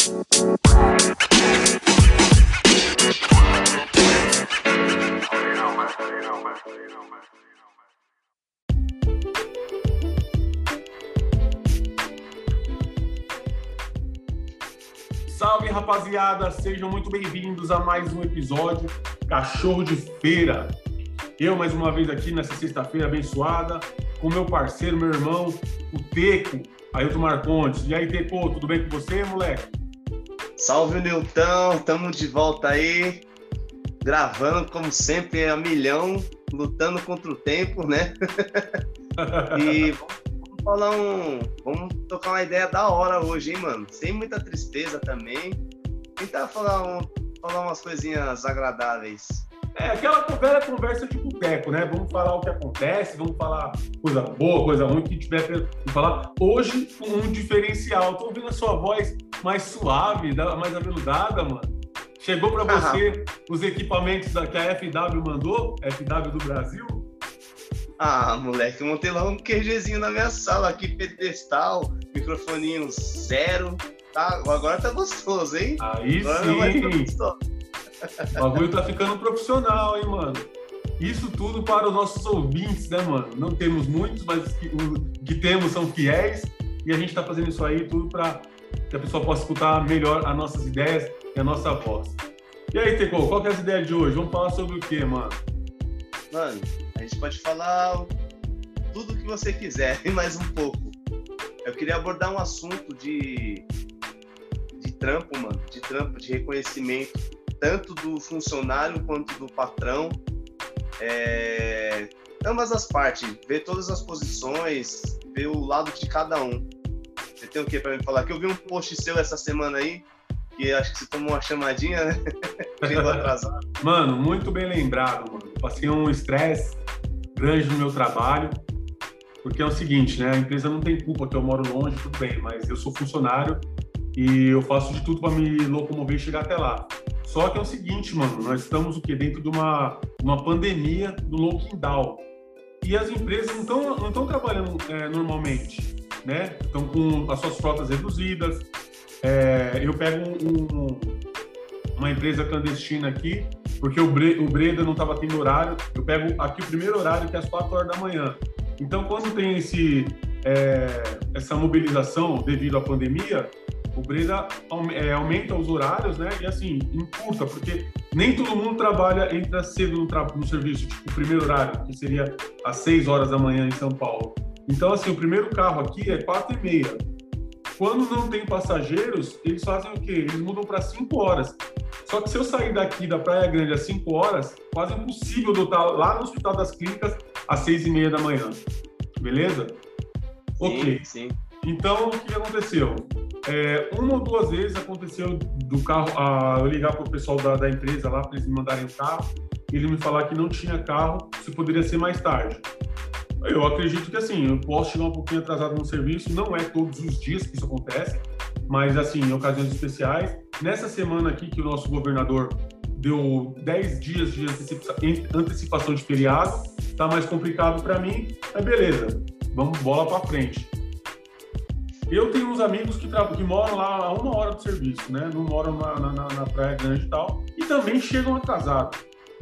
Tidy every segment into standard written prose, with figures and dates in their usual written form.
Salve, rapaziada! Sejam muito bem-vindos a mais um episódio Cachorro de Feira. Eu, mais uma vez aqui nessa sexta-feira abençoada, com meu parceiro, meu irmão, o Teco, Ailton Marcondes. E aí, Teco, tudo bem com você, moleque? Salve, Nilton! Tamo de volta aí, gravando, como sempre, a milhão, lutando contra o tempo, né? E vamos tocar uma ideia da hora hoje, hein, mano? Sem muita tristeza também. Tentar falar umas coisinhas agradáveis. Aquela velha conversa de boteco, né? Vamos falar o que acontece, vamos falar coisa boa, coisa ruim, que tiver pra falar. Hoje, com um diferencial. Tô ouvindo a sua voz mais suave, mais aveludada, mano. Chegou para você os equipamentos que a FW mandou, FW do Brasil? Ah, moleque, eu montei lá um QGzinho na minha sala aqui, pedestal, microfoninho zero, tá? Agora tá gostoso, hein? Aí agora sim! O bagulho tá ficando profissional, hein, mano? Isso tudo para os nossos ouvintes, né, mano? Não temos muitos, mas os que temos são fiéis, e a gente tá fazendo isso aí tudo para que a pessoa possa escutar melhor as nossas ideias e a nossa voz. E aí, Teco, qual que é as ideias de hoje? Vamos falar sobre o quê, mano? Mano, a gente pode falar tudo que você quiser e mais um pouco. Eu queria abordar um assunto de trampo, mano, de reconhecimento, tanto do funcionário quanto do patrão. Ambas as partes, ver todas as posições, ver o lado de cada um. Você tem o que pra me falar? Que eu vi um post seu essa semana aí, que acho que você tomou uma chamadinha, né? Chegou atrasado. Mano, muito bem lembrado, mano. Passei um estresse grande no meu trabalho, porque é o seguinte, né? A empresa não tem culpa que eu moro longe, tudo bem, mas eu sou funcionário e eu faço de tudo para me locomover e chegar até lá. Só que é o seguinte, mano, nós estamos dentro de uma pandemia do lockdown. E as empresas não estão trabalhando normalmente, né? Estão com as suas frotas reduzidas. Eu pego uma empresa clandestina aqui, porque o Breda não estava tendo horário. Eu pego aqui o primeiro horário, que é às 4 horas da manhã. Então, quando tem essa mobilização devido à pandemia, o Breda aumenta os horários, né? E assim, encurta, porque nem todo mundo entra cedo no serviço, tipo o primeiro horário, que seria às 6 horas da manhã em São Paulo. Então, assim, o primeiro carro aqui é 4h30. Quando não tem passageiros, eles fazem o quê? Eles mudam para 5 horas. Só que se eu sair daqui da Praia Grande às 5 horas, quase impossível eu estar lá no Hospital das Clínicas às 6h30 da manhã. Beleza? Sim, ok. Sim. Então, o que aconteceu? Uma ou duas vezes aconteceu do carro, eu ligar para o pessoal da empresa lá, para eles me mandarem o carro, e ele me falar que não tinha carro, se poderia ser mais tarde. Eu acredito que, assim, eu posso chegar um pouquinho atrasado no serviço, não é todos os dias que isso acontece, mas, assim, em ocasiões especiais. Nessa semana aqui que o nosso governador deu 10 dias de antecipação de feriado, tá mais complicado para mim, mas beleza, vamos bola para frente. Eu tenho uns amigos que moram lá a 1 hora do serviço, né? Não moram na Praia Grande e tal, e também chegam atrasados.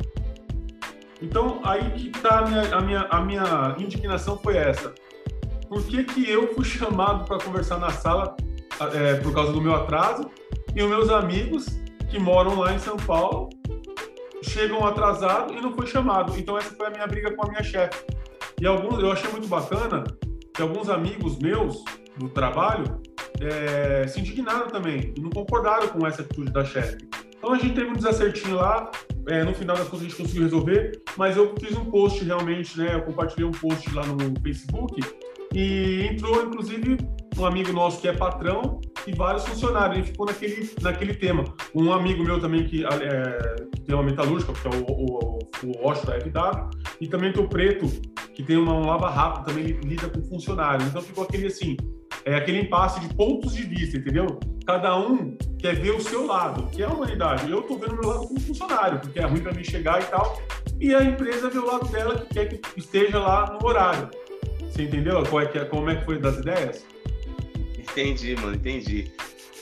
Então, aí que tá a minha indignação foi essa. Por que eu fui chamado para conversar na sala por causa do meu atraso e os meus amigos que moram lá em São Paulo chegam atrasados e não foi chamado? Então, essa foi a minha briga com a minha chefe. E eu achei muito bacana que alguns amigos meus do trabalho se indignaram também e não concordaram com essa atitude da chefe. Então a gente teve um desacertinho lá, no final das contas a gente conseguiu resolver, mas eu fiz um post realmente, né? Eu compartilhei um post lá no Facebook e entrou inclusive um amigo nosso que é patrão e vários funcionários, ele ficou naquele tema. Um amigo meu também que tem uma metalúrgica, que é o Osho da FW, e também tem o Preto, que tem um lava rápido, também lida com funcionários. Então ficou aquele impasse de pontos de vista, entendeu? Cada um quer ver o seu lado, que é a humanidade. Eu tô vendo o meu lado como funcionário, porque é ruim para mim chegar e tal, e a empresa vê o lado dela que quer que esteja lá no horário. Você entendeu como é que foi das ideias? Entendi, mano, entendi.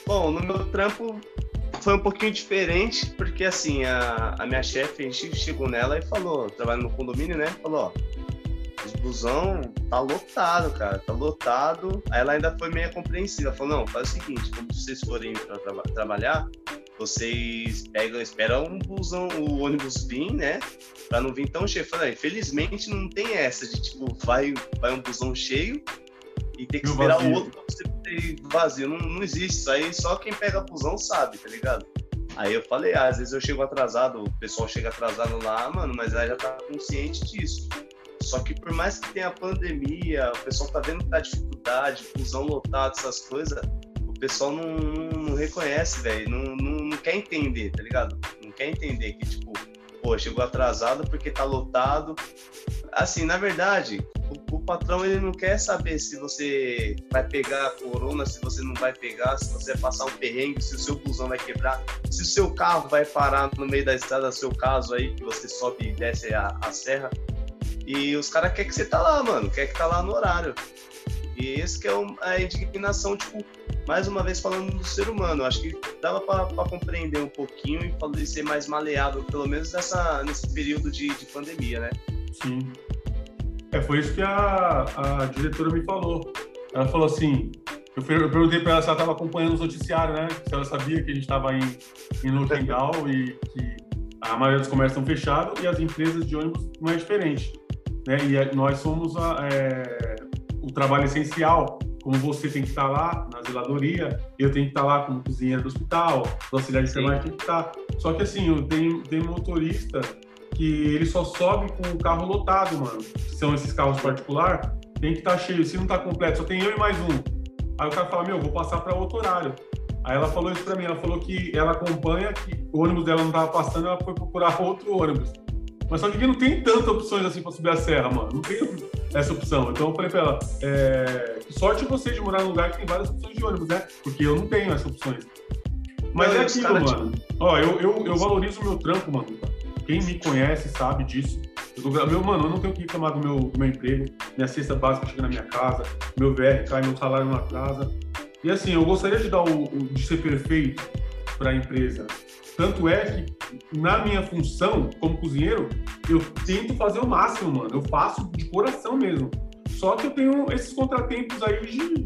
Bom, no meu trampo foi um pouquinho diferente, porque assim, a minha chefe, a gente chegou nela e falou, trabalhando no condomínio, né? Falou, ó, os busão tá lotado, cara, tá lotado. Aí ela ainda foi meio compreensiva, falou, não, faz o seguinte, quando vocês forem para trabalhar, vocês esperam um busão, o ônibus vir, né? Pra não vir tão cheio. Falei, infelizmente não tem essa de tipo, vai um busão cheio e tem que esperar o outro pra você ter vazio. Não existe isso aí, só quem pega busão sabe, tá ligado? Aí eu falei, às vezes eu chego atrasado, o pessoal chega atrasado lá, mano, mas aí já tá consciente disso. Só que por mais que tenha pandemia, o pessoal tá vendo que tá dificuldade, busão lotado, essas coisas, o pessoal não reconhece, velho, não quer entender, tá ligado? Não quer entender que, tipo, pô, chegou atrasado porque tá lotado. Assim, na verdade, o patrão, ele não quer saber se você vai pegar a corona, se você não vai pegar, se você vai passar um perrengue, se o seu busão vai quebrar, se o seu carro vai parar no meio da estrada, seu caso aí, que você sobe e desce a serra. E os caras querem que você tá lá, mano, quer que tá lá no horário. E esse que é a indignação, tipo, mais uma vez falando do ser humano. Acho que dava pra compreender um pouquinho e ser mais maleável, pelo menos nesse período de pandemia, né? Sim. Foi isso que a diretora me falou. Ela falou assim, eu perguntei para ela se ela estava acompanhando os noticiários, né? Se ela sabia que a gente estava em lockdown e que a maioria dos comércios estão fechados e as empresas de ônibus não é diferente, né? E nós somos o trabalho essencial, como você tem que estar lá na zeladoria, eu tenho que estar lá como cozinheiro do hospital, o auxiliar de enfermagem tem que estar. Só que assim, eu tenho motorista que ele só sobe com o carro lotado, mano. São esses carros particulares, tem que estar cheio. Se não tá completo, só tem eu e mais um. Aí o cara fala, meu, vou passar para outro horário. Aí ela falou isso para mim, ela falou que ela acompanha, que o ônibus dela não tava passando, ela foi procurar outro ônibus. Mas só que aqui não tem tantas opções assim para subir a serra, mano. Não tem essa opção. Então eu falei para ela, que sorte você de morar num lugar que tem várias opções de ônibus, né? Porque eu não tenho essas opções. Mas é aquilo, mano. Ó, eu valorizo o meu trampo, mano. Quem me conhece sabe disso. Mano, eu não tenho que reclamar do meu emprego. Minha cesta básica chega na minha casa, meu VR cai, meu salário não atrasa. E assim, eu gostaria de dar de ser perfeito para a empresa. Tanto é que, na minha função como cozinheiro, eu tento fazer o máximo, mano. Eu faço de coração mesmo. Só que eu tenho esses contratempos aí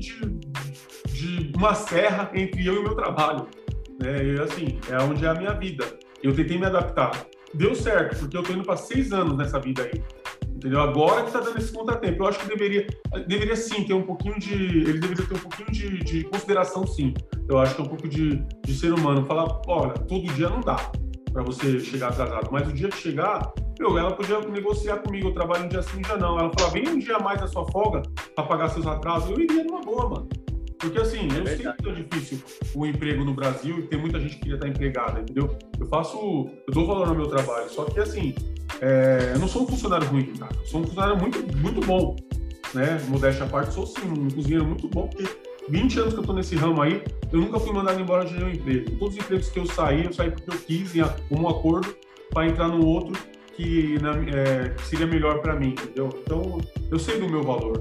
de uma serra entre eu e o meu trabalho. Né? E assim, é onde é a minha vida. Eu tentei me adaptar. Deu certo, porque eu tô indo para 6 anos nessa vida aí, entendeu? Agora que tá dando esse contratempo, eu acho que deveria sim ter um pouquinho eles deveriam ter um pouquinho de consideração, sim. Eu acho que é um pouco de ser humano, falar, olha, todo dia não dá para você chegar atrasado, mas o dia que chegar, ela podia negociar comigo, eu trabalho um dia sim, um dia não. Ela falava, vem um dia a mais da sua folga para pagar seus atrasos, eu iria numa boa, mano. Porque assim, eu sei que é difícil o emprego no Brasil e tem muita gente que queria estar empregada, entendeu? Eu dou valor ao meu trabalho, só que assim, eu não sou um funcionário ruim, cara. Eu sou um funcionário muito, muito bom, né? Modéstia à parte, sou sim um cozinheiro muito bom, porque 20 anos que eu tô nesse ramo aí, eu nunca fui mandado embora de nenhum emprego. Todos os empregos que eu saí porque eu quis, como um acordo, para entrar no outro que seria melhor para mim, entendeu? Então, eu sei do meu valor.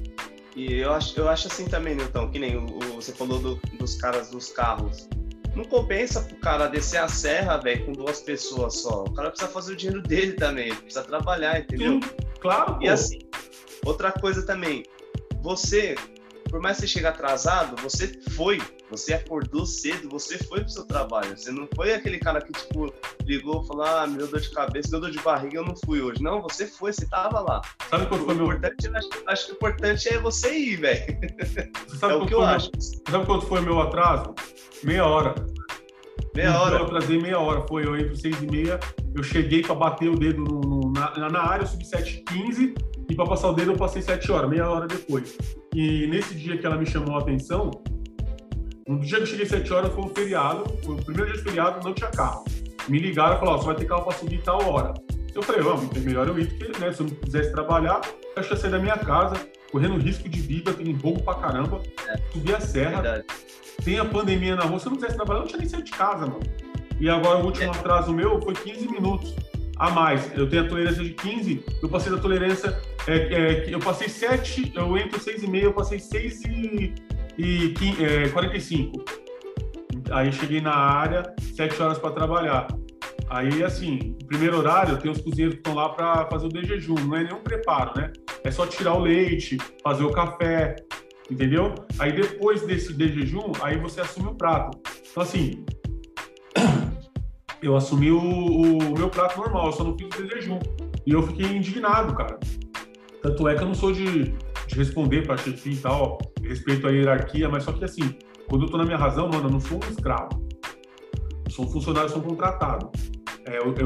E eu acho assim também, Nilton, que nem você falou dos caras dos carros. Não compensa pro cara descer a serra, velho, com 2 pessoas só. O cara precisa fazer o dinheiro dele também, ele precisa trabalhar, entendeu? Sim, claro, pô. E assim, outra coisa também, você, por mais que você chegue atrasado, você acordou cedo, você foi pro seu trabalho. Você não foi aquele cara que, tipo, ligou e falou, me deu dor de cabeça, me deu dor de barriga, eu não fui hoje. Não, você foi, você tava lá. Sabe qual foi Acho que o importante é você ir, velho. É o que eu acho. Sabe quanto foi o meu atraso? Meia hora. Meia hora? Eu atrasei meia hora. Eu entre 6h30, eu cheguei para bater o dedo na área, eu subi 7h15 e para passar o dedo eu passei 7 horas, meia hora depois. E nesse dia que ela me chamou a atenção, no dia que eu cheguei 7 horas foi um feriado, foi o primeiro dia de feriado, não tinha carro. Me ligaram e falaram, você vai ter carro para subir tal hora. Eu falei, é melhor eu ir, porque né, se eu não quisesse trabalhar, eu ia sair da minha casa, correndo risco de vida, tem roubo pra caramba, subir a serra, tem a pandemia na rua, se eu não quisesse trabalhar, eu não tinha nem saído de casa, mano. E agora o último atraso meu foi 15 minutos a mais. Eu tenho a tolerância de 15, eu passei da tolerância, eu passei 7, eu entro 6h30, eu passei 6h45. Aí cheguei na área, 7 horas para trabalhar. Aí, assim, o primeiro horário, tem os cozinheiros que estão lá para fazer o de jejum, não é nenhum preparo, né? É só tirar o leite, fazer o café, entendeu? Aí depois desse de jejum, aí você assume o prato. Então, assim, eu assumi o meu prato normal, eu só não fiz o de jejum. E eu fiquei indignado, cara. Tanto é que eu não sou de responder para chefia e tal, respeito à hierarquia, mas só que, assim, quando eu tô na minha razão, mano, eu não sou um escravo. Eu sou um funcionário, eu sou um contratado. Eu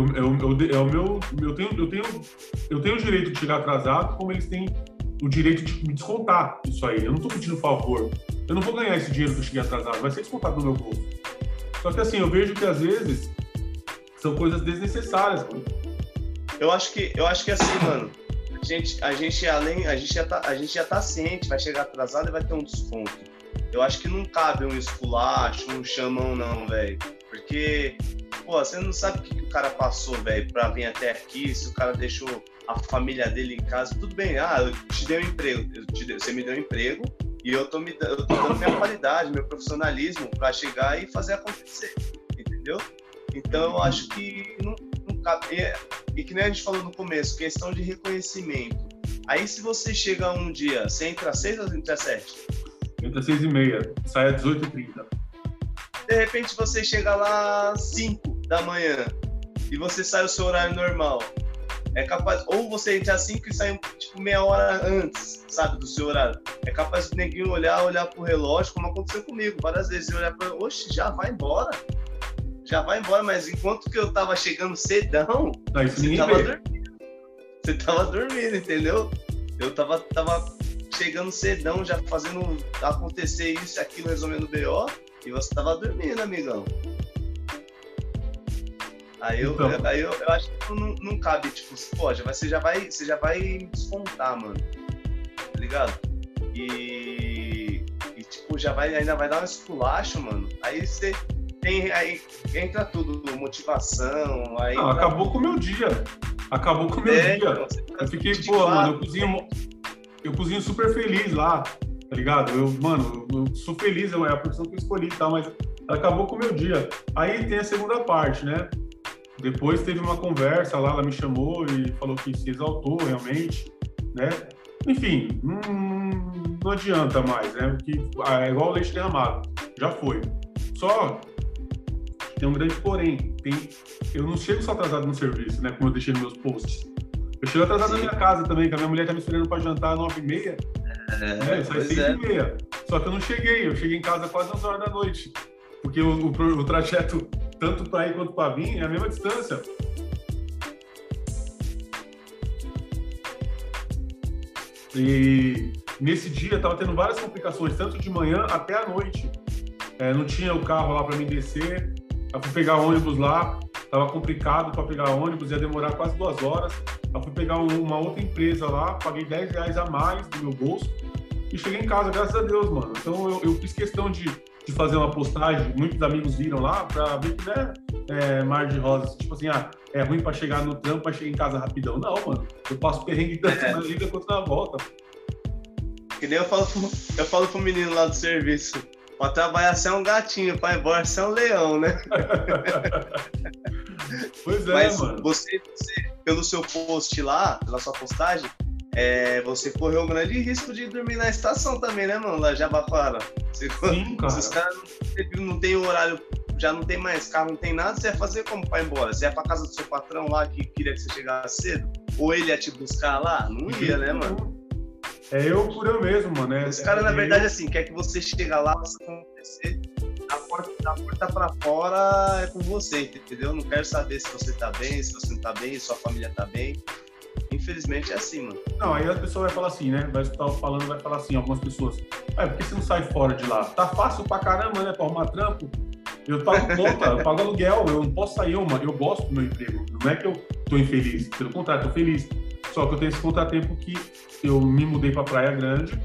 tenho o direito de chegar atrasado, como eles têm o direito de me descontar isso aí. Eu não tô pedindo favor. Eu não vou ganhar esse dinheiro que eu cheguei atrasado, vai ser descontado no meu bolso. Só que assim, eu vejo que às vezes são coisas desnecessárias, mano. Eu acho que assim, mano, a gente já tá ciente, vai chegar atrasado e vai ter um desconto. Eu acho que não cabe um esculacho, um chamão não, velho. Porque, pô, você não sabe o que o cara passou, velho, pra vir até aqui, se o cara deixou a família dele em casa. Tudo bem, eu te dei um emprego, você me deu um emprego e eu tô dando minha qualidade, meu profissionalismo pra chegar e fazer acontecer, entendeu? Então eu acho que não cabe. E que nem a gente falou no começo, questão de reconhecimento. Aí se você chega um dia, você entra às 6 ou entra às 7? Entra às 6h30, sai às 18h30. De repente você chega lá às 5 da manhã e você sai o seu horário normal. É capaz, ou você entra às 5 e sai tipo meia hora antes, sabe, do seu horário. É capaz de neguinho olhar pro relógio, como aconteceu comigo várias vezes. Eu olhar para ele, oxe, já vai embora, mas enquanto que eu tava chegando cedão, você tava dormindo. Você tava dormindo, entendeu? Eu tava chegando cedão, já fazendo acontecer isso e aquilo, resolvendo o BO. E você tava dormindo, amigão. Aí eu acho que não cabe, tipo, pô, você já vai descontar, mano. Tá ligado? E tipo, ainda vai dar um esculacho, mano. Aí você tem, aí entra tudo, motivação, aí... Não, acabou com o meu dia. Acabou com o meu dia. Eu fiquei, pô, mano, eu cozinho super feliz lá. Tá ligado? Eu sou feliz, é a profissão que eu escolhi e tal, mas acabou com o meu dia. Aí tem a segunda parte, né? Depois teve uma conversa lá, ela me chamou e falou que se exaltou realmente, né? Enfim, não adianta mais, né? Porque é igual o leite derramado, já foi. Só tem um grande porém, eu não chego só atrasado no serviço, né? Como eu deixei nos meus posts. Eu chego atrasado na minha casa também, que a minha mulher tá me esperando para jantar às 9h30. Eu saí 6h30. Só que eu não cheguei, eu cheguei em casa quase 11 horas da noite. Porque o trajeto, tanto para ir quanto para vir, é a mesma distância. E nesse dia tava tendo várias complicações, tanto de manhã até à noite. Não tinha o carro lá para mim descer, eu fui pegar ônibus lá, tava complicado para pegar ônibus, ia demorar quase 2 horas. Eu fui pegar uma outra empresa lá, paguei R$10 a mais do meu bolso e cheguei em casa, graças a Deus, mano. Então eu fiz questão de fazer uma postagem, muitos amigos viram lá pra ver que não é mar de rosas. Tipo assim, é ruim pra chegar no trampo, pra chegar em casa rapidão. Não, mano, eu passo perrengue tanto na ida quanto na volta. Que nem eu falo pro menino lá do serviço, pra trabalhar você é um gatinho, pra ir embora você é um leão, né? Pois é, mas mano. Você, pelo seu post lá, pela sua postagem, você correu um grande risco de dormir na estação também, né, mano? Lá em Jabaquara. Sim, cara. Se os caras não tem horário, já não tem mais carro, não tem nada, você ia fazer como pra ir embora? Você ia pra casa do seu patrão lá que queria que você chegasse cedo? Ou ele ia te buscar lá? Não ia, né, mano? É eu por eu mesmo, mano. Os caras, na verdade, assim, quer que você chegue lá, você acontecer, da porta pra fora é com você, entendeu? Não quero saber se você tá bem, se você não tá bem, se sua família tá bem. Infelizmente é assim, mano. Não, aí a pessoa vai falar assim, né? Vai estar falando, vai falar assim, algumas pessoas. Por que você não sai fora de lá? Tá fácil pra caramba, né? Pra arrumar trampo. Eu pago conta, eu pago aluguel, eu não posso sair, eu gosto do meu emprego. Não é que eu tô infeliz, pelo contrário, tô feliz. Só que eu tenho esse contratempo que eu me mudei pra Praia Grande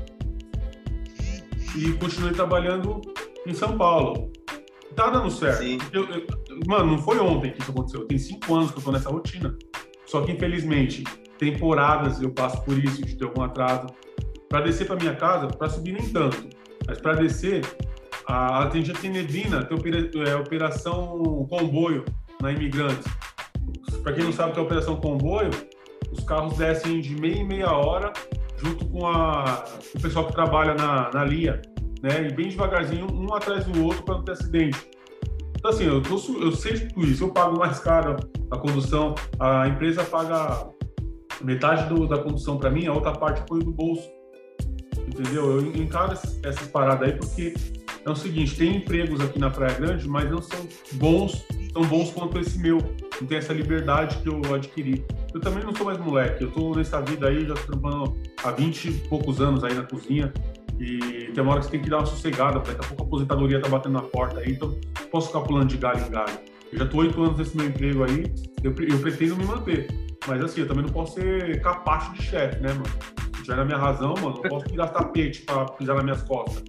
e continuei trabalhando em São Paulo. Tá dando certo. Mano, não foi ontem que isso aconteceu. Tem 5 anos que eu tô nessa rotina. Só que, infelizmente, temporadas eu passo por isso, de ter algum atraso. Para descer para minha casa, para subir nem tanto, mas para descer, Atendia Tenebrina, tem operação comboio na Imigrantes. Para quem não sabe o que é operação comboio, os carros descem de meia em meia hora junto com o pessoal que trabalha na linha, né? E bem devagarzinho, um atrás do outro para não ter acidente. Então, assim, eu sei de tudo isso. Eu pago mais caro a condução, a empresa paga metade da condução para mim, a outra parte põe do bolso. Entendeu? Eu encaro essas paradas aí porque é o seguinte, tem empregos aqui na Praia Grande, mas não são tão bons quanto esse meu. Não tem essa liberdade que eu adquiri. Eu também não sou mais moleque, eu tô nessa vida aí, já tô trabalhando há 20 e poucos anos aí na cozinha, e tem uma hora que você tem que dar uma sossegada, daqui a pouco a aposentadoria tá batendo na porta aí, então não posso ficar pulando de galho em galho. Eu já tô 8 anos nesse meu emprego aí, eu pretendo me manter. Mas assim, eu também não posso ser capacho de chefe, né, mano? Se tiver na minha razão, mano, não posso tirar tapete pra pisar nas minhas costas.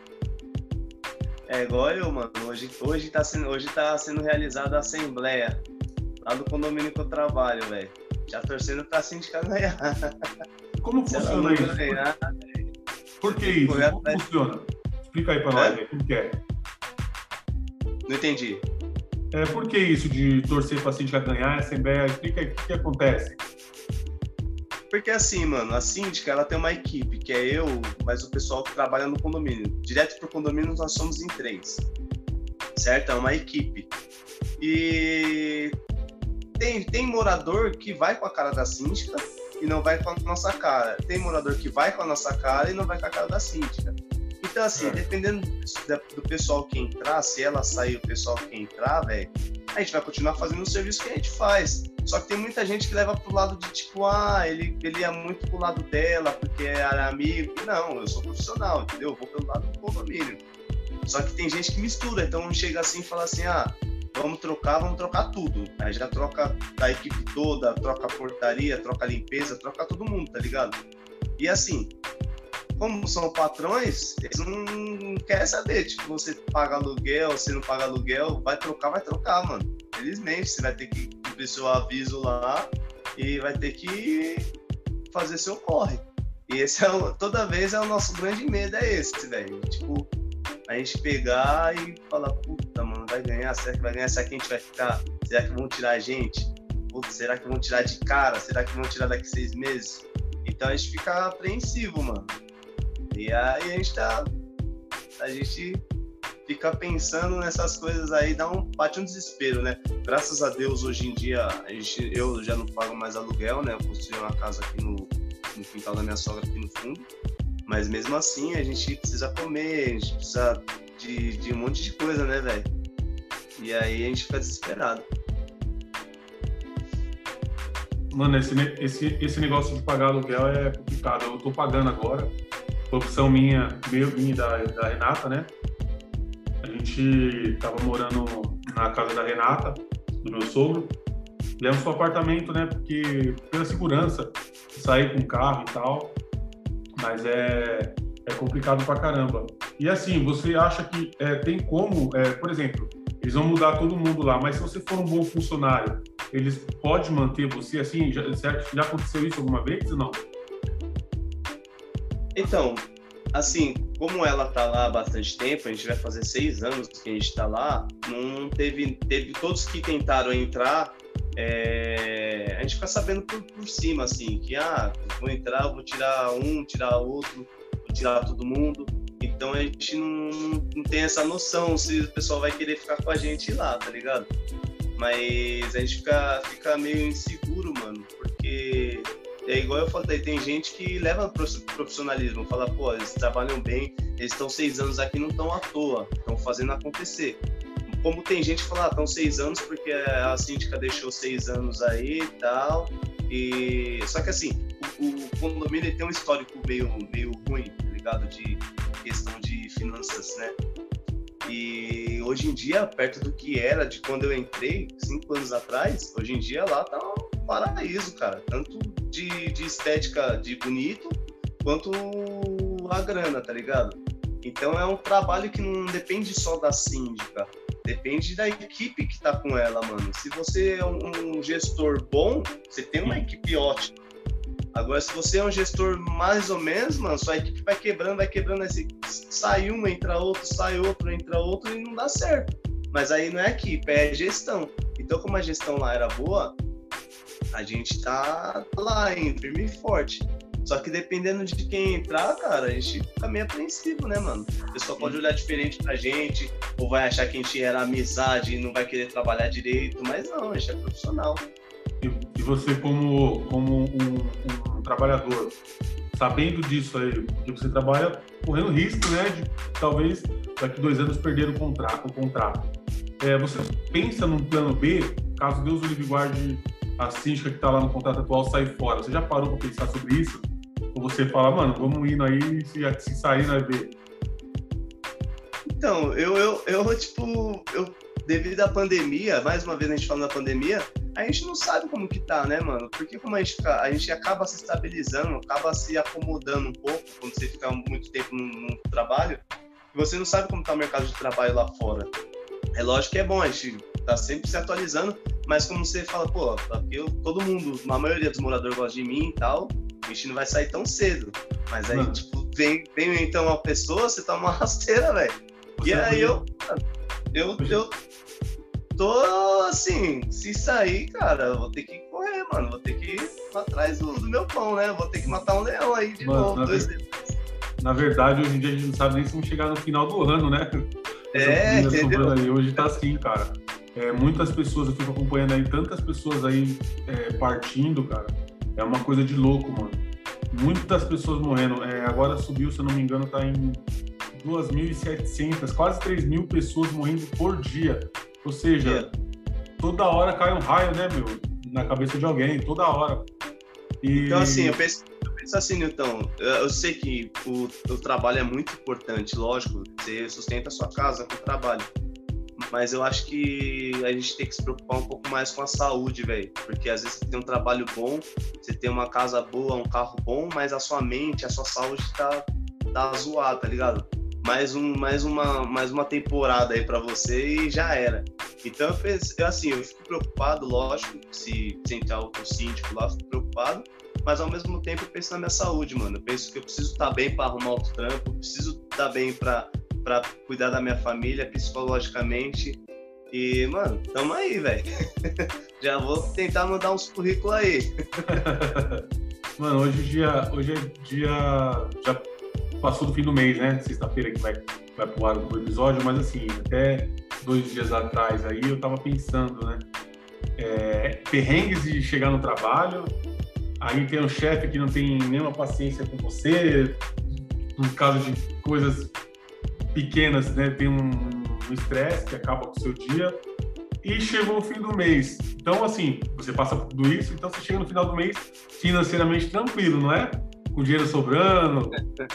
É igual eu, mano. Hoje tá sendo realizada a assembleia lá do condomínio que eu trabalho, velho. Já torcendo pra síndica ganhar. Como funciona isso? Ganhar, por que isso? Como funciona? Explica aí pra nós, como que é? Não entendi. Por que isso de torcer pra síndica ganhar, a assembleia? Explica aí o que acontece. Porque assim, mano, a síndica, ela tem uma equipe, que é eu, mas o pessoal que trabalha no condomínio. Direto pro condomínio, nós somos em 3. Certo? É uma equipe. E tem morador que vai com a cara da síndica e não vai com a nossa cara. Tem morador que vai com a nossa cara e não vai com a cara da síndica. Então, assim, dependendo do pessoal que entrar, se ela sair, o pessoal que entrar, velho, a gente vai continuar fazendo o serviço que a gente faz. Só que tem muita gente que leva pro lado de tipo, ele ia muito pro lado dela porque era amigo. Não, eu sou profissional, entendeu? Eu vou pelo lado do condomínio. Só que tem gente que mistura, então chega assim e fala assim, vamos trocar tudo. Aí já troca da equipe toda, troca a portaria, troca a limpeza, troca todo mundo, tá ligado? E assim, como são patrões, eles não querem saber, tipo, você paga aluguel, você não paga aluguel, vai trocar, mano. Felizmente, você vai ter que cumprir seu aviso lá e vai ter que fazer seu corre. E esse toda vez o nosso grande medo é esse, velho. Tipo, a gente pegar e falar, puta, mano, vai ganhar? Será que vai ganhar? Será que a gente vai ficar? Será que vão tirar a gente? Puta, será que vão tirar de cara? Será que vão tirar daqui 6 meses? Então a gente fica apreensivo, mano. E aí a gente fica pensando nessas coisas aí, bate um desespero, né? Graças a Deus, hoje em dia, eu já não pago mais aluguel, né? Eu construí uma casa aqui no quintal da minha sogra, aqui no fundo. Mas mesmo assim, a gente precisa comer, a gente precisa de um monte de coisa, né, velho? E aí a gente fica desesperado. Mano, esse negócio de pagar aluguel é complicado. Eu tô pagando agora. Opção minha e da Renata, né? A gente tava morando na casa da Renata, do meu sogro. Viemos pro apartamento, né? Porque pela segurança, sair com o carro e tal. Mas é complicado pra caramba. E assim, você acha que tem como, por exemplo, eles vão mudar todo mundo lá, mas se você for um bom funcionário, eles podem manter você assim? Já aconteceu isso alguma vez ou não? Então, assim, como ela tá lá há bastante tempo, a gente vai fazer 6 anos que a gente tá lá, não teve todos que tentaram entrar, a gente fica sabendo por cima, assim, que vou entrar, vou tirar um, tirar outro, vou tirar todo mundo. Então a gente não tem essa noção se o pessoal vai querer ficar com a gente lá, tá ligado? Mas a gente fica meio inseguro, mano, porque é igual eu falei, tem gente que leva profissionalismo, fala, pô, eles trabalham bem, eles estão 6 anos aqui, não estão à toa, estão fazendo acontecer. Como tem gente que fala, estão 6 anos porque a síndica deixou 6 anos aí e tal. Só que assim, o condomínio tem um histórico meio ruim, tá ligado? De questão de finanças, né? E hoje em dia, perto do que era de quando eu entrei, 5 anos atrás, hoje em dia lá tá um paraíso, cara. Tanto de estética de bonito, quanto a grana, tá ligado? Então é um trabalho que não depende só da síndica, depende da equipe que tá com ela, mano. Se você é um gestor bom, você tem uma equipe ótima. Agora, se você é um gestor mais ou menos, mano, sua equipe vai quebrando, assim, sai um, entra outro, sai outro, entra outro e não dá certo. Mas aí não é equipe, é gestão. Então, como a gestão lá era boa, a gente tá lá, hein, firme e forte. Só que dependendo de quem entrar, cara, a gente fica meio apreensivo, né, mano? A pessoa pode olhar diferente pra gente, ou vai achar que a gente era amizade e não vai querer trabalhar direito, mas não, a gente é profissional. E você, como um trabalhador, sabendo disso aí, que você trabalha correndo risco, né, de talvez daqui 2 anos perder o contrato. Você pensa num plano B, caso Deus o livre e guarde a síndica que está lá no contrato atual sair fora? Você já parou para pensar sobre isso? Ou você fala, mano, vamos indo aí, se sair, nós vê? Então, devido à pandemia, mais uma vez a gente falando da pandemia, a gente não sabe como que tá, né, mano? Porque como a gente acaba se estabilizando, acaba se acomodando um pouco, quando você fica muito tempo no trabalho, você não sabe como tá o mercado de trabalho lá fora. É lógico que é bom, a gente tá sempre se atualizando, mas como você fala, pô, aqui todo mundo, a maioria dos moradores gosta de mim e tal, a gente não vai sair tão cedo. Mas aí, tipo, vem então uma pessoa, você tá uma rasteira, velho. E aí eu tô assim, se sair, cara, eu vou ter que correr, mano. Vou ter que ir atrás do meu pão, né? Vou ter que matar um leão aí de novo. Na verdade, hoje em dia a gente não sabe nem se vamos chegar no final do ano, né? Entendeu? Aí. Hoje tá assim, cara. Muitas pessoas, eu fico acompanhando aí, tantas pessoas aí partindo, cara. É uma coisa de louco, mano. Muitas pessoas morrendo. Agora subiu, se eu não me engano, tá em 2.700, quase 3.000 pessoas morrendo por dia. Ou seja, toda hora cai um raio, né, meu? Na cabeça de alguém, toda hora. Então, assim, eu penso assim, Nilton, eu sei que o trabalho é muito importante, lógico, você sustenta a sua casa com o trabalho, mas eu acho que a gente tem que se preocupar um pouco mais com a saúde, velho, porque às vezes você tem um trabalho bom, você tem uma casa boa, um carro bom, mas a sua mente, a sua saúde tá zoada, tá ligado? Mais uma temporada aí pra você e já era. Então, eu fico preocupado, lógico, se entrar outro síndico lá, eu fico preocupado, mas ao mesmo tempo eu penso na minha saúde, mano. Eu penso que eu preciso estar bem para arrumar outro trampo, preciso estar bem para cuidar da minha família psicologicamente. E, mano, tamo aí, velho. Já vou tentar mandar uns currículos aí. Mano, hoje é dia. Já passou do fim do mês, né? Sexta-feira que vai pro ar o episódio, mas assim, até 2 dias atrás aí eu tava pensando, né? Perrengues de chegar no trabalho. Aí tem um chefe que não tem nenhuma paciência com você, por causa de coisas pequenas, né? Tem um estresse que acaba com o seu dia. E chegou o fim do mês. Então, assim, você passa por tudo isso, então você chega no final do mês financeiramente tranquilo, não é? Com dinheiro sobrando.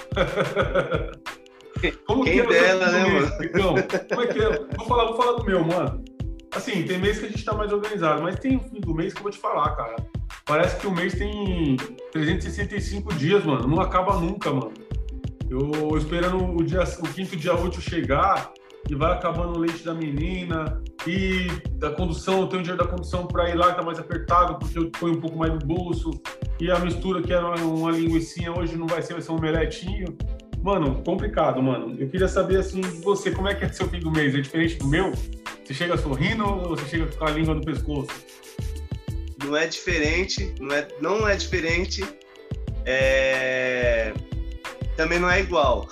Como quem dera, né, mano? Então, como é que é? Vou falar do meu, mano. Assim, tem mês que a gente tá mais organizado, mas tem o fim do mês que eu vou te falar, cara. Parece que o mês tem 365 dias, mano. Não acaba nunca, mano. Eu esperando o 5º dia útil chegar e vai acabando o leite da menina e da condução, eu tenho o dinheiro da condução pra ir lá, tá mais apertado porque eu ponho um pouco mais no bolso e a mistura que era uma linguicinha hoje não vai ser um omeletinho. Mano, complicado, mano. Eu queria saber, assim, de você, como é que é seu fim do mês? É diferente do meu? Você chega sorrindo ou você chega com a língua no pescoço? Não é diferente, não é diferente, também não é igual.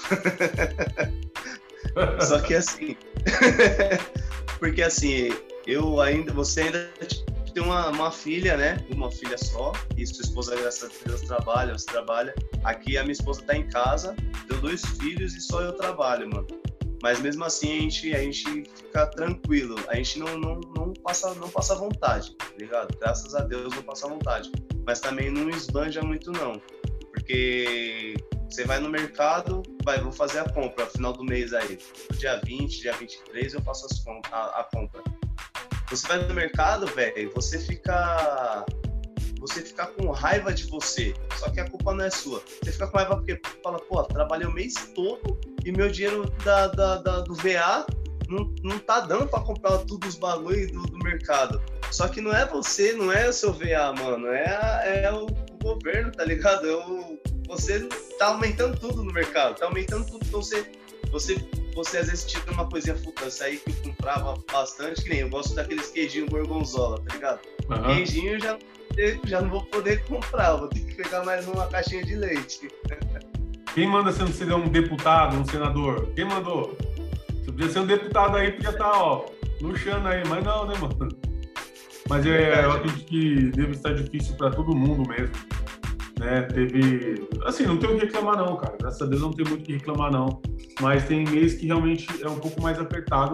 Só que assim, porque assim, você ainda tem uma filha, né? Uma filha só, e sua esposa, graças a Deus, você trabalha. Aqui a minha esposa tá em casa, tenho 2 filhos e só eu trabalho, mano. Mas mesmo assim a gente fica tranquilo, a gente não passa vontade, tá ligado? Graças a Deus não passa vontade, mas também não esbanja muito não, porque você vai no mercado, vou fazer a compra no final do mês aí, dia 20, dia 23 eu faço a compra. Você vai no mercado, velho, você fica com raiva de você, só que a culpa não é sua. Você fica com raiva porque fala, pô, trabalhei o mês todo e meu dinheiro do VA não tá dando pra comprar tudo os bagulho do mercado. Só que não é você, não é o seu VA, mano, é governo, tá ligado? Você tá aumentando tudo no mercado, tá aumentando tudo, então você às vezes tira uma coisinha futança aí que eu comprava bastante, que nem eu gosto daqueles queijinhos gorgonzola, tá ligado? Queijinho eu já não vou poder comprar, vou ter que pegar mais uma caixinha de leite. Quem manda você não ser um deputado, um senador? Quem mandou? Você podia ser um deputado aí, podia estar, ó, luxando aí, mas não, né, mano? Mas eu acredito que deve estar difícil para todo mundo mesmo, né? Assim, não tem o que reclamar não, cara. Graças a Deus não tem muito o que reclamar não. Mas tem mês que realmente é um pouco mais apertado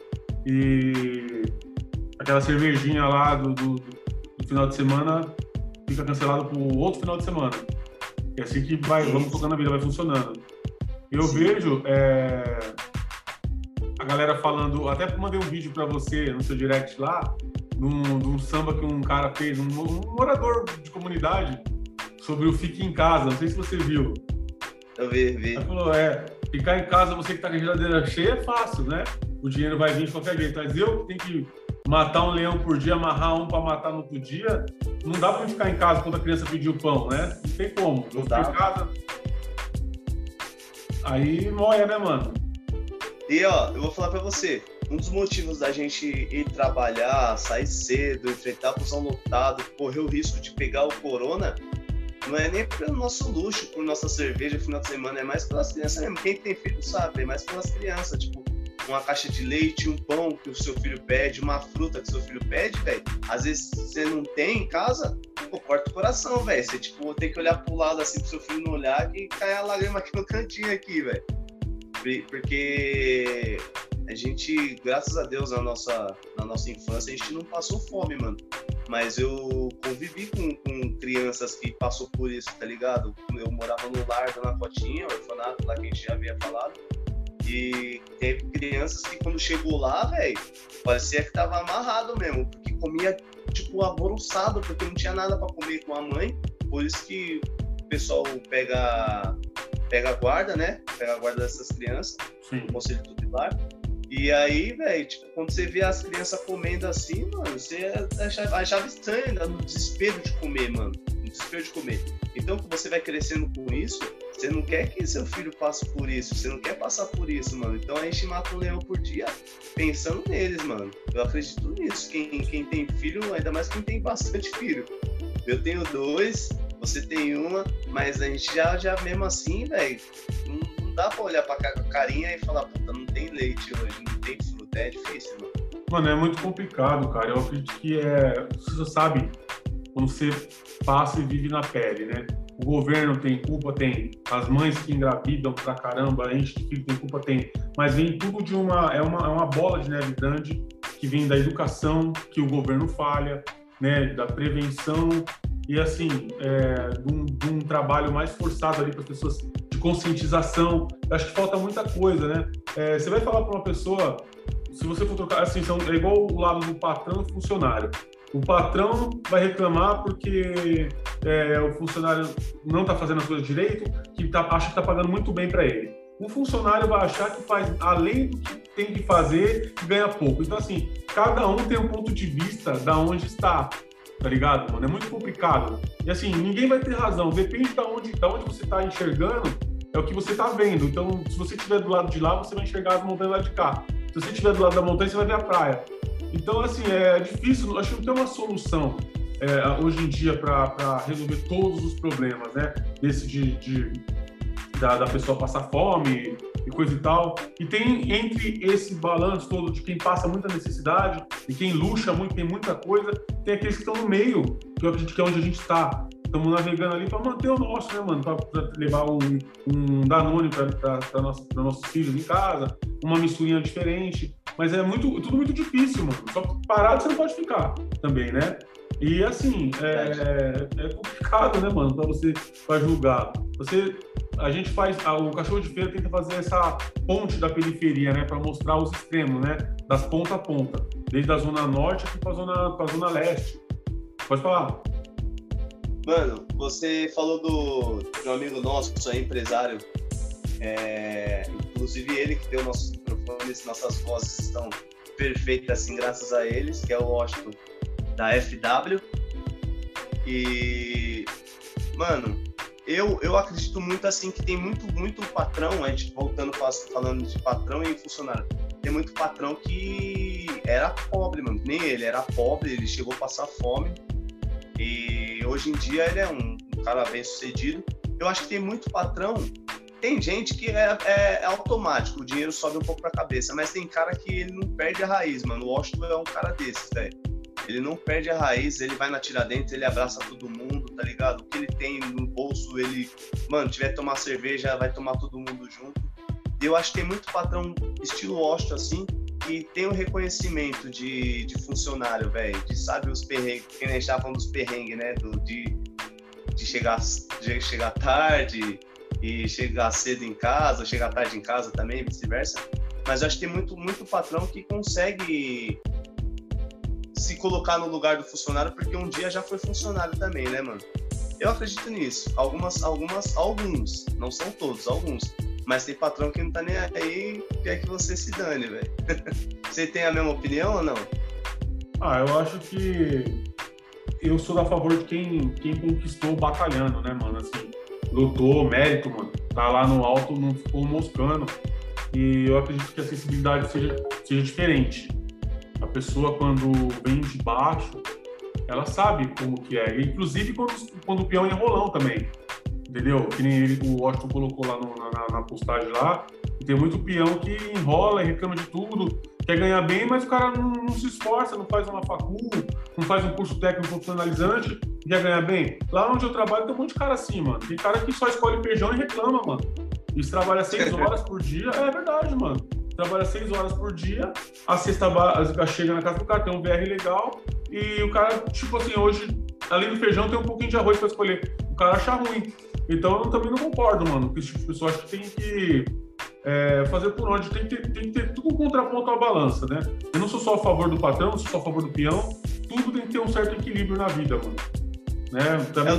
e aquela cervejinha lá do final de semana fica cancelado para o outro final de semana. É assim que vamos tocando a vida, vai funcionando. Eu vejo a galera falando, até mandei um vídeo para você no seu direct lá, num samba que um cara fez, um morador de comunidade, sobre o fique em casa, não sei se você viu. Eu vi. Ele falou, ficar em casa, você que tá com a geladeira cheia é fácil, né? O dinheiro vai vir de qualquer jeito, mas eu que tenho que matar um leão por dia, amarrar um para matar no outro dia, não dá pra ficar em casa quando a criança pediu pão, né? Não tem como. Eu fico em casa. Aí moia, né, mano? E ó, eu vou falar pra você, um dos motivos da gente ir trabalhar, sair cedo, enfrentar a busão lotado, correr o risco de pegar o corona, não é nem pelo nosso luxo, por nossa cerveja no final de semana, é mais pelas crianças mesmo. Quem tem filho sabe, é mais pelas crianças, tipo, uma caixa de leite, um pão que o seu filho pede, uma fruta que o seu filho pede, velho. Às vezes você não tem em casa, pô, corta o coração, velho. Você, tipo, tem que olhar pro lado assim pro seu filho não olhar que cai a lágrima aqui no cantinho aqui, velho. Porque a gente, graças a Deus, na nossa infância, a gente não passou fome, mano. Mas eu convivi com crianças que passou por isso, tá ligado? Eu morava no lar da Nacotinha, orfanato lá que a gente já havia falado. E teve crianças que quando chegou lá, velho, parecia que tava amarrado mesmo, porque comia, tipo, alvoroçado, porque não tinha nada pra comer com a mãe. Por isso que o pessoal pega a guarda, né? Pega a guarda dessas crianças, o conselho tutelar. E aí, velho, tipo, quando você vê as crianças comendo assim, mano, você achava estranho, ainda no desespero de comer, mano. No desespero de comer. Então, quando você vai crescendo com isso, você não quer que seu filho passe por isso, você não quer passar por isso, mano. Então a gente mata um leão por dia pensando neles, mano. Eu acredito nisso. Quem tem filho, ainda mais quem tem bastante filho. Eu tenho 2, você tem uma, mas a gente já mesmo assim, velho, não dá pra olhar pra carinha e falar, puta, não tem leite hoje, não tem fruta, é difícil, mano. Mano, é muito complicado, cara. Eu acredito que você sabe, quando você passa e vive na pele, né? O governo tem culpa, tem. As mães que engravidam pra caramba, a gente de filho tem culpa, tem. Mas vem tudo de uma bola de neve grande que vem da educação, que o governo falha, né? Da prevenção e, assim, de um trabalho mais forçado ali para as pessoas, de conscientização. Eu acho que falta muita coisa, né? Você vai falar para uma pessoa, se você for trocar, assim, é igual o lado do patrão e funcionário. O patrão vai reclamar porque o funcionário não está fazendo as coisas direito, acha que está pagando muito bem para ele. O funcionário vai achar que faz além do que tem que fazer e ganha pouco. Então, assim, cada um tem um ponto de vista da onde está, tá ligado, mano? É muito complicado. E, assim, ninguém vai ter razão. Depende da onde você está enxergando, é o que você está vendo. Então, se você estiver do lado de lá, você vai enxergar as montanhas lá de cá. Se você estiver do lado da montanha, você vai ver a praia. Então, assim, é difícil, acho que não tem uma solução hoje em dia para resolver todos os problemas, né? Da pessoa passar fome e coisa e tal. E tem entre esse balanço todo de quem passa muita necessidade e quem luxa muito, tem muita coisa, tem aqueles que estão no meio, que eu acredito que é onde a gente está. Estamos navegando ali para manter o nosso, né, mano? Para levar um Danone para nossos filhos em casa, uma misturinha diferente. Mas é tudo muito difícil, mano. Só que parado você não pode ficar também, né? E assim, é complicado, né, mano, pra julgar. A gente faz, o Cachorro de Feira tenta fazer essa ponte da periferia, né, para mostrar os extremos, né, das ponta a ponta, desde a zona norte aqui pra zona leste. Pode falar. Mano, você falou de um amigo nosso, que é empresário, inclusive ele que deu nossos microfones, nossas vozes estão perfeitas assim, graças a eles, que é o Washington da FW. E Mano, eu acredito muito assim que tem muito patrão, a gente voltando falando de patrão e funcionário, tem muito patrão que era pobre, mano, nem ele era pobre, ele chegou a passar fome e hoje em dia ele é um cara bem sucedido. Eu acho que tem muito patrão, tem gente que é automático, o dinheiro sobe um pouco pra cabeça, mas tem cara que ele não perde a raiz, mano. O Washington é um cara desses, velho. Ele não perde a raiz, ele vai na Tiradentes, ele abraça todo mundo, tá ligado? O que ele tem no bolso, ele, mano, tiver que tomar cerveja, vai tomar todo mundo junto. E eu acho que tem muito patrão estilo Washington, assim, que tem o reconhecimento de funcionário, velho, de sabe os perrengues, que a gente tava falando dos perrengues, né? De chegar tarde e chegar cedo em casa, chegar tarde em casa também, vice-versa. Mas eu acho que tem muito patrão que consegue se colocar no lugar do funcionário, porque um dia já foi funcionário também, né, mano? Eu acredito nisso. Alguns, não são todos, alguns. Mas tem patrão que não tá nem aí, quer que você se dane, velho. Você tem a mesma opinião ou não? Eu acho que eu sou a favor de quem conquistou batalhando, né, mano? Assim, lutou, mérito, mano. Tá lá no alto, não ficou moscando. E eu acredito que a sensibilidade seja diferente. A pessoa, quando vem de baixo, ela sabe como que é. Inclusive quando o peão é enrolão também. Entendeu? Que nem o Washington colocou lá na postagem lá. Tem muito peão que enrola e reclama de tudo. Quer ganhar bem, mas o cara não se esforça, não faz uma facul, não faz um curso técnico profissionalizante e quer ganhar bem. Lá onde eu trabalho tem um monte de cara assim, mano. Tem cara que só escolhe feijão e reclama, mano. Isso trabalha 6 horas por dia. É verdade, mano. Trabalha 6 horas por dia, a cesta básica chega na casa do cara, tem um VR legal, e o cara, tipo assim, hoje, além do feijão, tem um pouquinho de arroz pra escolher. O cara acha ruim. Então eu também não concordo, mano, porque esse tipo de pessoa acho que tem que fazer por onde, tem que ter tudo um contraponto à balança, né? Eu não sou só a favor do patrão, não sou só a favor do peão, tudo tem que ter um certo equilíbrio na vida, mano. Né? Também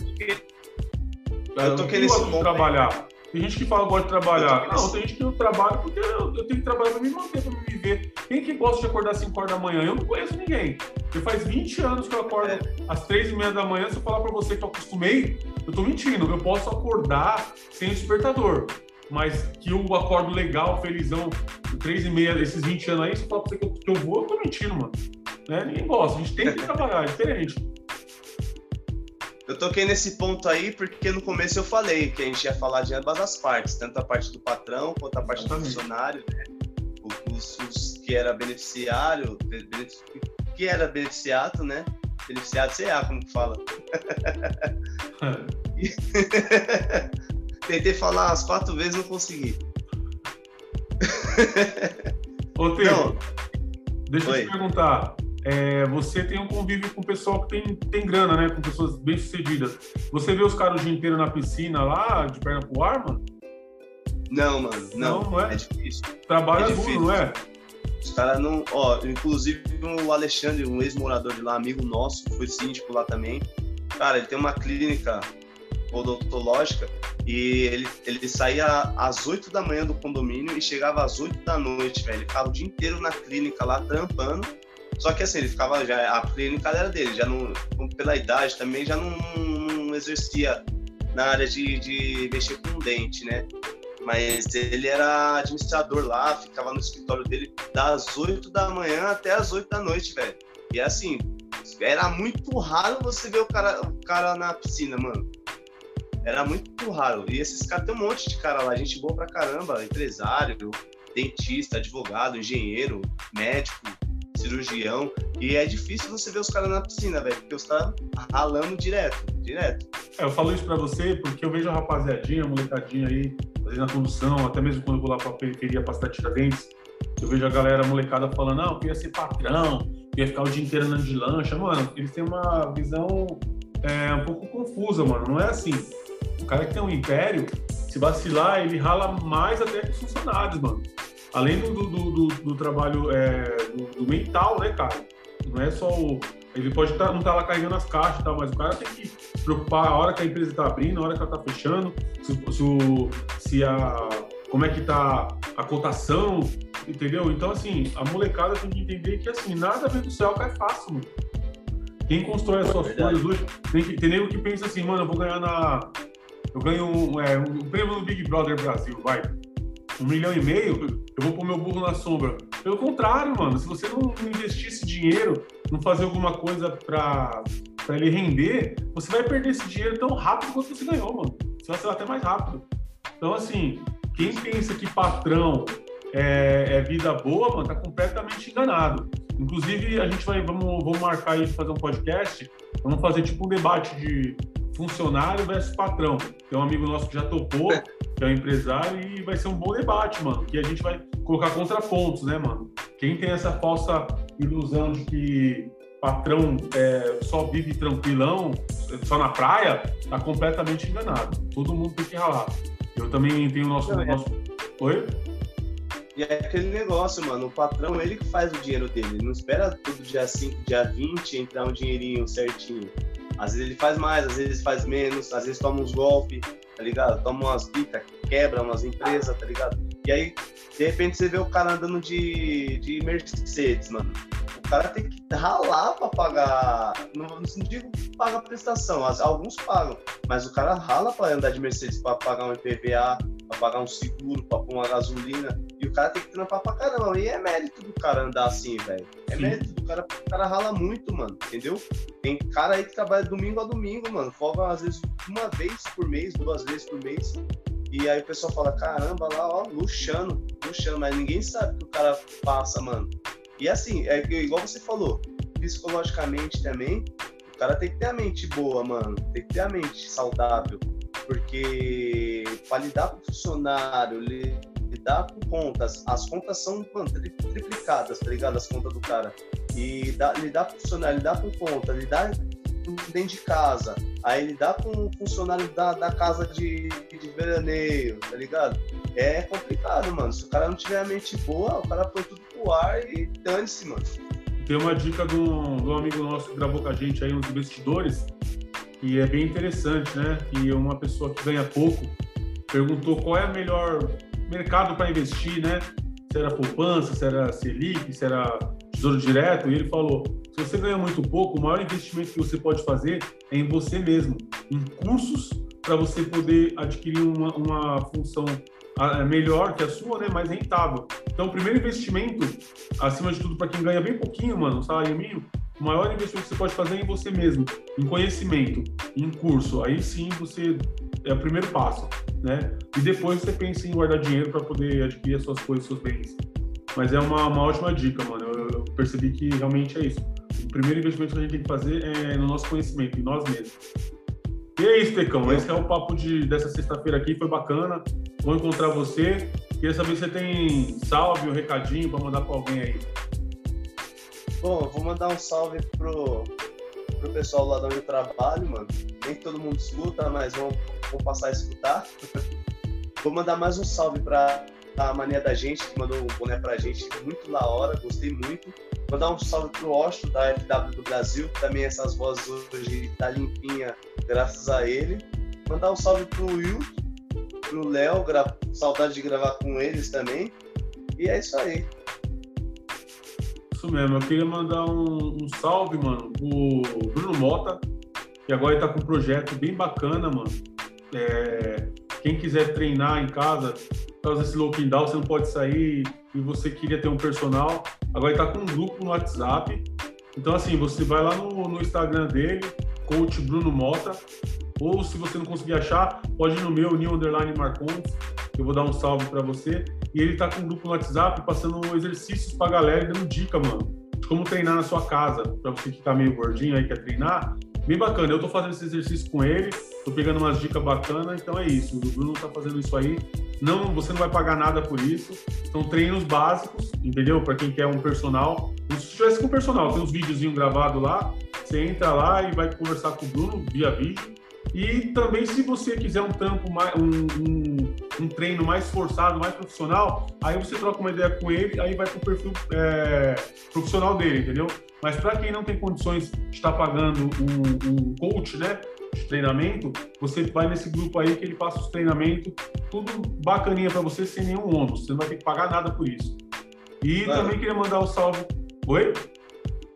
eu tô querendo trabalhar. Tem gente que fala que gosta de trabalhar. Não, tem gente que não trabalha porque eu tenho que trabalhar para me manter, para me viver. Quem que gosta de acordar às 5 horas da manhã? Eu não conheço ninguém. Porque faz 20 anos que eu acordo às 3h30 da manhã. Se eu falar para você que eu acostumei, eu tô mentindo. Eu posso acordar sem despertador. Mas que eu acordo legal, felizão, 3h30, esses 20 anos aí, se eu falar para você que eu vou, eu tô mentindo, mano. Né? Ninguém gosta. A gente tem que trabalhar, é diferente. Eu toquei nesse ponto aí porque no começo eu falei que a gente ia falar de ambas as partes, tanto a parte do patrão quanto a parte do funcionário, né? Os que era beneficiário, que era beneficiado, né? Beneficiado, sei lá como que fala. Tentei falar umas 4 vezes, não consegui. Ô, Pedro, deixa eu te perguntar. Você tem um convívio com o pessoal que tem grana, né? Com pessoas bem-sucedidas. Você vê os caras o dia inteiro na piscina lá, de perna pro ar, mano? Não, mano. Não é. É difícil. Trabalha duro, não é? Os caras não... inclusive o Alexandre, um ex-morador de lá, amigo nosso, foi síndico lá também. Cara, ele tem uma clínica odontológica e ele saía às 8 da manhã do condomínio e chegava às 8 da noite, velho. Ele ficava o dia inteiro na clínica lá, trampando. Só que assim, ele ficava a clínica era dele, já não, pela idade também, já não exercia na área de mexer com dente, né? Mas ele era administrador lá, ficava no escritório dele das 8 da manhã até as 8 da noite, velho. E assim, era muito raro você ver o cara na piscina, mano. Era muito raro. E esses caras, tem um monte de cara lá, gente boa pra caramba, empresário, dentista, advogado, engenheiro, médico, cirurgião, e é difícil você ver os caras na piscina, velho, porque os caras ralando direto. Eu falo isso pra você porque eu vejo a rapaziadinha, a molecadinha aí, fazendo a condução, até mesmo quando eu vou lá pra periferia, pra cidade de Tiradentes, eu vejo a galera, a molecada falando, não, eu queria ser patrão, queria ficar o dia inteiro andando de lancha, mano, eles têm uma visão um pouco confusa, mano, não é assim. O cara que tem um império, se vacilar, ele rala mais até que os funcionários, mano. Além do trabalho do mental, né, cara? Não é só ele pode não estar lá carregando as caixas e tal, mas o cara tem que se preocupar a hora que a empresa está abrindo, a hora que ela está fechando, como é que tá a cotação, entendeu? Então, assim, a molecada tem que entender que, assim, nada vem do céu cai fácil, mano. Quem constrói as suas coisas hoje, tem nego que pensa assim, mano, eu ganho um prêmio no Big Brother Brasil, vai. 1,5 milhão, eu vou pôr meu burro na sombra. Pelo contrário, mano, se você não investir esse dinheiro, não fazer alguma coisa pra ele render, você vai perder esse dinheiro tão rápido quanto você ganhou, mano. Você vai ser até mais rápido. Então, assim, quem pensa que patrão é vida boa, mano, tá completamente enganado. Inclusive, vamos marcar aí de fazer um podcast, vamos fazer tipo um debate de funcionário versus patrão. Tem um amigo nosso que já topou, que é um empresário, e vai ser um bom debate, mano, que a gente vai colocar contrapontos, né, mano? Quem tem essa falsa ilusão de que patrão só vive tranquilão, só na praia, tá completamente enganado. Todo mundo tem que ralar. Eu também tenho o nosso... Oi? E é aquele negócio, mano, o patrão, ele que faz o dinheiro dele, ele não espera todo dia 5, dia 20 entrar um dinheirinho certinho. Às vezes ele faz mais, às vezes faz menos, às vezes toma uns golpes, tá ligado? Toma umas bicas, quebra umas empresas, tá ligado? E aí, de repente, você vê o cara andando de Mercedes, mano. O cara tem que ralar pra pagar, não digo que paga a prestação, alguns pagam, mas o cara rala pra andar de Mercedes, pra pagar um IPVA, pra pagar um seguro, pra pôr uma gasolina, e o cara tem que trampar pra caramba, e é mérito do cara andar assim, velho. É mérito do cara, o cara rala muito, mano, entendeu? Tem cara aí que trabalha domingo a domingo, mano, folga às vezes uma vez por mês, 2 vezes por mês, e aí o pessoal fala, caramba, lá, ó, luxando, mas ninguém sabe o que o cara passa, mano. E assim, é igual você falou, psicologicamente também, o cara tem que ter a mente boa, mano, tem que ter a mente saudável, porque para lidar com o funcionário, lidar com contas, as contas são, mano, triplicadas, tá ligado? As contas do cara. E lidar com o funcionário, lidar com conta, lidar dentro de casa, aí lidar com o funcionário da casa de veraneio, tá ligado? É complicado, mano. Se o cara não tiver a mente boa, o cara põe tudo pro ar e dane-se, mano. Tem uma dica do amigo nosso que gravou com a gente aí, uns investidores, e é bem interessante, né? Que uma pessoa que ganha pouco perguntou qual é o melhor mercado para investir, né? Se era poupança, se era Selic, se era Tesouro Direto, e ele falou, se você ganha muito pouco, o maior investimento que você pode fazer é em você mesmo, em cursos para você poder adquirir uma função melhor que a sua, né, mais rentável. Então, o primeiro investimento, acima de tudo, para quem ganha bem pouquinho, mano, um salário mínimo, o maior investimento que você pode fazer é em você mesmo, em conhecimento, em curso. Aí sim, é o primeiro passo, né? E depois você pensa em guardar dinheiro para poder adquirir as suas coisas, seus bens. Mas é uma ótima dica, mano. Eu percebi que realmente é isso. O primeiro investimento que a gente tem que fazer é no nosso conhecimento, em nós mesmos. E é isso, Tecão. Esse é o papo dessa sexta-feira aqui. Foi bacana. Vou encontrar você. Queria saber se você tem salve, um recadinho para mandar para alguém aí. Bom, eu vou mandar um salve pro pessoal lá onde eu trabalho, mano. Nem todo mundo escuta, mas vão passar a escutar. Vou mandar mais um salve pra a Mania da Gente, que mandou um boné pra gente muito da hora, gostei muito. Mandar um salve pro Osto, da FW do Brasil, que também essas vozes hoje tá limpinha, graças a ele. Mandar um salve pro Will, pro Léo, saudade de gravar com eles também. E é isso aí. Isso mesmo, eu queria mandar um salve, mano, pro Bruno Mota, que agora ele tá com um projeto bem bacana, mano. Quem quiser treinar em casa, por causa desse lockdown, você não pode sair e você queria ter um personal, agora ele tá com um grupo no WhatsApp. Então, assim, você vai lá no Instagram dele, Coach Bruno Mota, ou se você não conseguir achar, pode ir no meu, Nil_Marcondes, que eu vou dar um salve pra você. E ele tá com um grupo no WhatsApp passando exercícios pra galera e dando dica, mano, de como treinar na sua casa, pra você que tá meio gordinho aí, quer treinar. Bem bacana, eu tô fazendo esse exercício com ele, tô pegando umas dicas bacanas, então é isso, o Bruno tá fazendo isso aí. Não, você não vai pagar nada por isso, são treinos básicos, entendeu? Pra quem quer um personal. Se tivesse com personal, tem uns videozinhos gravados lá, você entra lá e vai conversar com o Bruno via vídeo. E também, se você quiser um trampo, um treino mais forçado, mais profissional, aí você troca uma ideia com ele, aí vai pro perfil profissional dele, entendeu? Mas para quem não tem condições de estar pagando um coach, né, de treinamento, você vai nesse grupo aí que ele passa os treinamentos, tudo bacaninha para você, sem nenhum ônus, você não vai ter que pagar nada por isso. E também queria mandar um salve... Oi?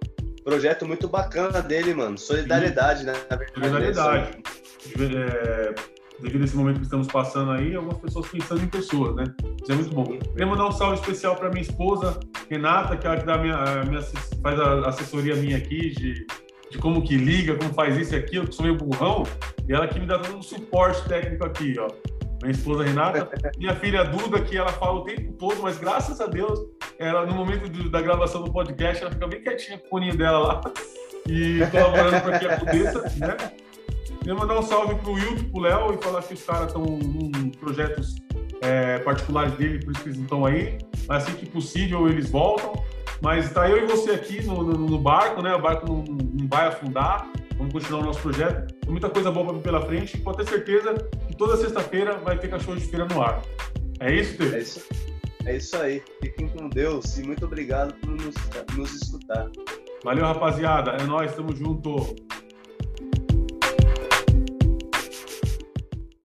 Projeto muito bacana dele, mano. Solidariedade, né? Na verdade, solidariedade. Devido a esse momento que estamos passando aí, algumas pessoas pensando em pessoas, né? Isso é muito bom. Queria mandar um salve especial para minha esposa, Renata, que é ela que dá faz a assessoria minha aqui de como que liga, como faz isso e aquilo, que sou meio burrão, e ela que me dá todo um suporte técnico aqui, ó. Minha esposa Renata, minha filha Duda, que ela fala o tempo todo, mas graças a Deus, ela no momento da gravação do podcast, ela fica bem quietinha com o foninho dela lá e colaborando para que aconteça, né? Queria mandar um salve pro Wilton e pro Léo e falar que os caras estão em projetos particulares dele, por isso que eles não estão aí. Assim que possível, eles voltam. Mas tá eu e você aqui no barco, né? O barco não vai afundar. Vamos continuar o nosso projeto. Tem muita coisa boa para vir pela frente. E pode ter certeza que toda sexta-feira vai ter Cachorro de Feira no ar. É isso, Tê? É isso aí. Fiquem com Deus e muito obrigado por nos escutar. Valeu, rapaziada. É nóis, tamo junto.